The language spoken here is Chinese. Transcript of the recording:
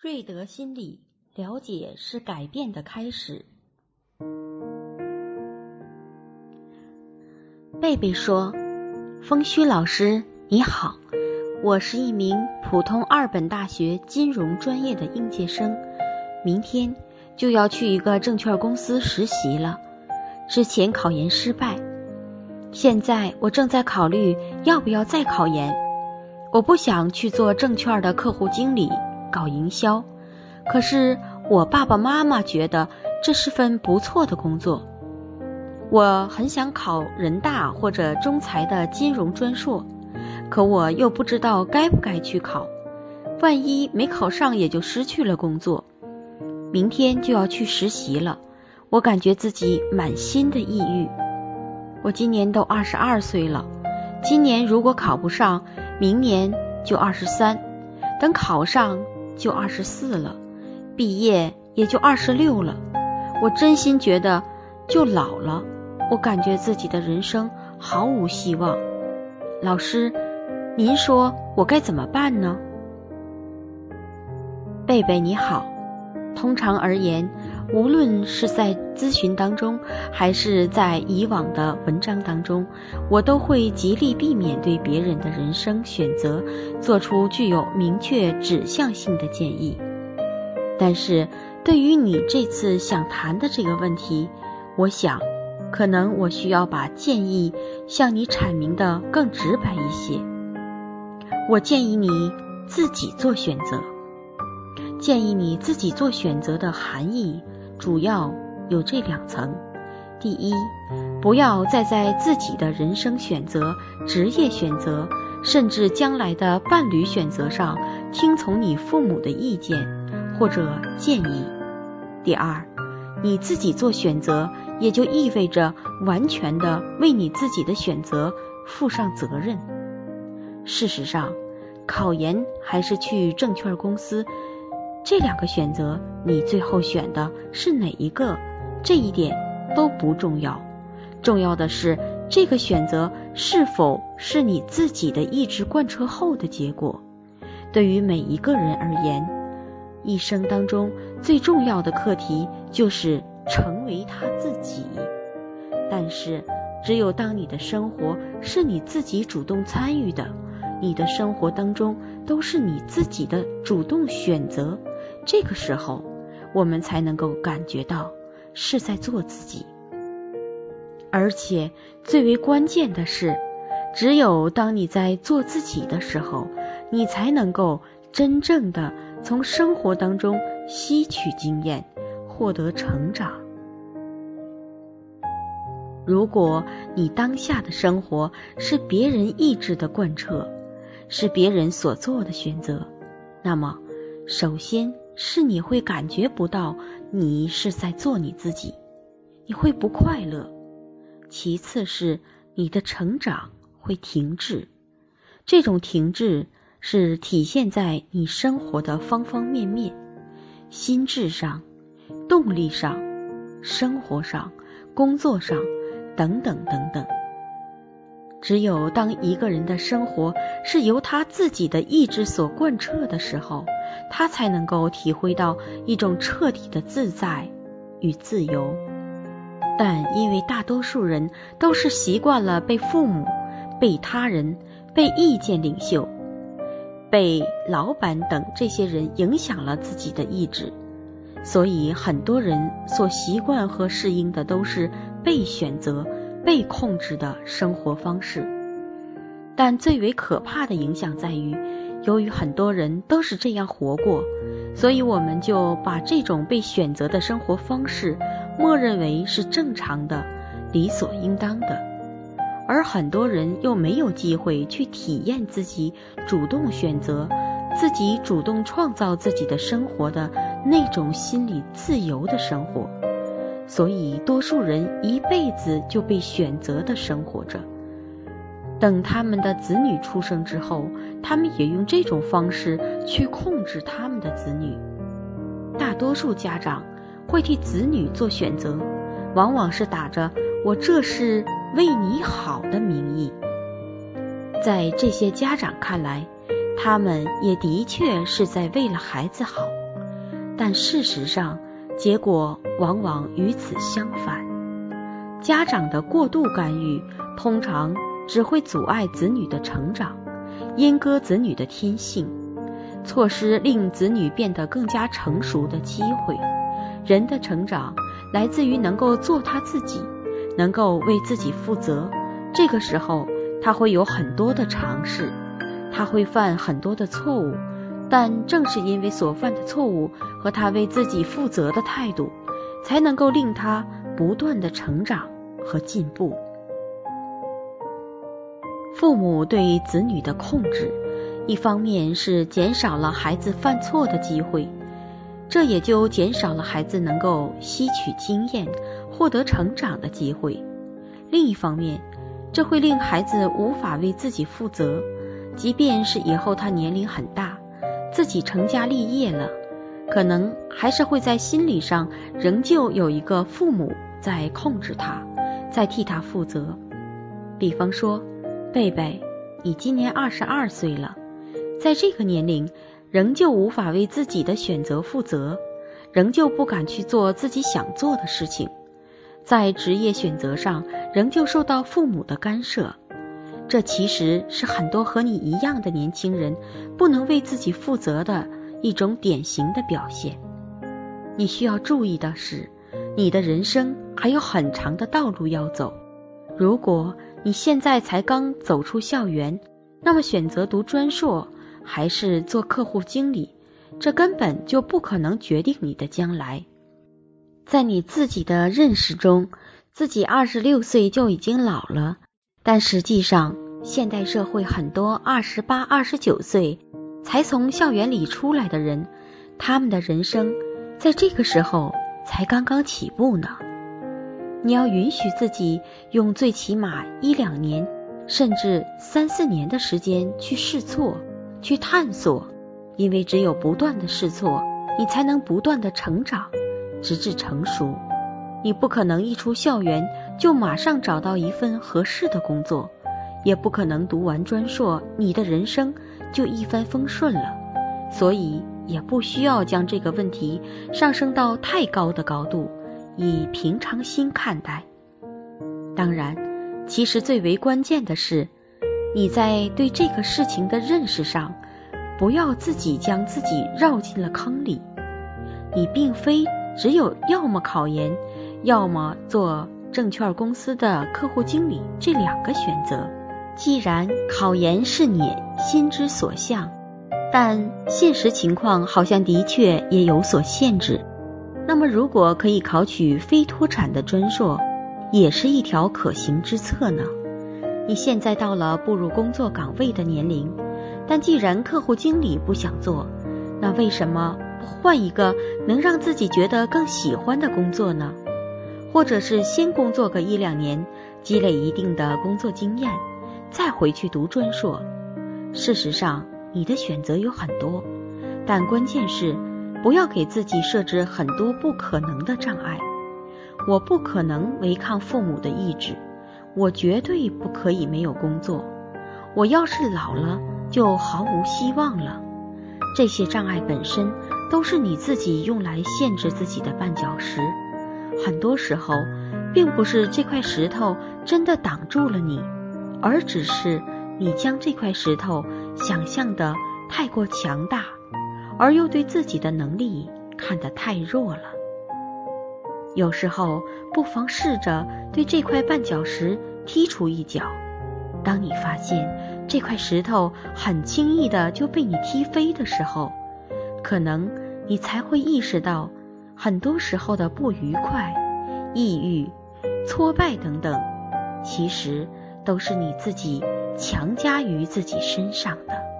瑞德心理，了解是改变的开始。贝贝说：风虚老师你好，我是一名普通二本大学金融专业的应届生，明天就要去一个证券公司实习了，之前考研失败，现在我正在考虑要不要再考研。我不想去做证券的客户经理，搞营销，可是我爸爸妈妈觉得这是份不错的工作。我很想考人大或者中财的金融专硕，可我又不知道该不该去考，万一没考上也就失去了工作。明天就要去实习了，我感觉自己满心的抑郁。我今年都22岁了，今年如果考不上，明年就23，等考上就24了，毕业也就26了。我真心觉得就老了，我感觉自己的人生毫无希望。老师，您说我该怎么办呢？贝贝你好，通常而言，无论是在咨询当中还是在以往的文章当中，我都会极力避免对别人的人生选择做出具有明确指向性的建议。但是对于你这次想谈的这个问题，我想可能我需要把建议向你阐明的更直白一些。我建议你自己做选择。建议你自己做选择的含义主要有这2层。第一，不要再在自己的人生选择、职业选择，甚至将来的伴侣选择上听从你父母的意见或者建议。第二，你自己做选择，也就意味着完全的为你自己的选择负上责任。事实上，考研还是去证券公司，这2个选择你最后选的是哪一个，这一点都不重要，重要的是这个选择是否是你自己的意志贯彻后的结果。对于每一个人而言，一生当中最重要的课题就是成为他自己。但是只有当你的生活是你自己主动参与的，你的生活当中都是你自己的主动选择，这个时候我们才能够感觉到是在做自己。而且最为关键的是，只有当你在做自己的时候，你才能够真正的从生活当中吸取经验，获得成长。如果你当下的生活是别人意志的贯彻，是别人所做的选择，那么首先是你会感觉不到你是在做你自己，你会不快乐。其次是你的成长会停滞，这种停滞是体现在你生活的方方面面，心智上、动力上、生活上、工作上等等等等。只有当一个人的生活是由他自己的意志所贯彻的时候，他才能够体会到一种彻底的自在与自由。但因为大多数人都是习惯了被父母、被他人、被意见领袖、被老板等这些人影响了自己的意志，所以很多人所习惯和适应的都是被选择、被控制的生活方式。但最为可怕的影响在于，由于很多人都是这样活过，所以我们就把这种被选择的生活方式默认为是正常的、理所应当的。而很多人又没有机会去体验自己主动选择、自己主动创造自己的生活的那种心理自由的生活，所以多数人一辈子就被选择的生活着。等他们的子女出生之后，他们也用这种方式去控制他们的子女。大多数家长会替子女做选择，往往是打着我这是为你好的名义。在这些家长看来，他们也的确是在为了孩子好， 但事实上结果往往与此相反。家长的过度干预通常只会阻碍子女的成长，阉割子女的天性，错失令子女变得更加成熟的机会。人的成长来自于能够做他自己，能够为自己负责。这个时候他会有很多的尝试，他会犯很多的错误，但正是因为所犯的错误和他为自己负责的态度，才能够令他不断的成长和进步。父母对子女的控制，一方面是减少了孩子犯错的机会，这也就减少了孩子能够吸取经验、获得成长的机会。另一方面，这会令孩子无法为自己负责，即便是以后他年龄很大，自己成家立业了，可能还是会在心理上仍旧有一个父母在控制他，在替他负责。比方说，贝贝，你今年22岁了，在这个年龄仍旧无法为自己的选择负责，仍旧不敢去做自己想做的事情，在职业选择上仍旧受到父母的干涉。这其实是很多和你一样的年轻人不能为自己负责的一种典型的表现。你需要注意的是，你的人生还有很长的道路要走。如果你现在才刚走出校园，那么选择读专硕还是做客户经理，这根本就不可能决定你的将来。在你自己的认识中，自己26岁就已经老了，但实际上现代社会很多28、29岁才从校园里出来的人，他们的人生在这个时候才刚刚起步呢。你要允许自己用最起码1、2年，甚至3、4年的时间去试错，去探索，因为只有不断的试错，你才能不断的成长，直至成熟。你不可能一出校园就马上找到一份合适的工作，也不可能读完专硕，你的人生就一帆风顺了。所以也不需要将这个问题上升到太高的高度，以平常心看待。当然，其实最为关键的是，你在对这个事情的认识上，不要自己将自己绕进了坑里。你并非只有要么考研，要么做证券公司的客户经理这2个选择。既然考研是你心之所向，但现实情况好像的确也有所限制，那么如果可以考取非脱产的专硕，也是一条可行之策呢。你现在到了步入工作岗位的年龄，但既然客户经理不想做，那为什么不换一个能让自己觉得更喜欢的工作呢？或者是先工作个1、2年，积累一定的工作经验，再回去读专硕。事实上，你的选择有很多，但关键是不要给自己设置很多不可能的障碍。我不可能违抗父母的意志，我绝对不可以没有工作，我要是老了就毫无希望了。这些障碍本身都是你自己用来限制自己的绊脚石，很多时候并不是这块石头真的挡住了你，而只是你将这块石头想象的太过强大，而又对自己的能力看得太弱了。有时候不妨试着对这块绊脚石踢出一脚，当你发现这块石头很轻易的就被你踢飞的时候，可能你才会意识到，很多时候的不愉快、抑郁、挫败等等，其实都是你自己强加于自己身上的。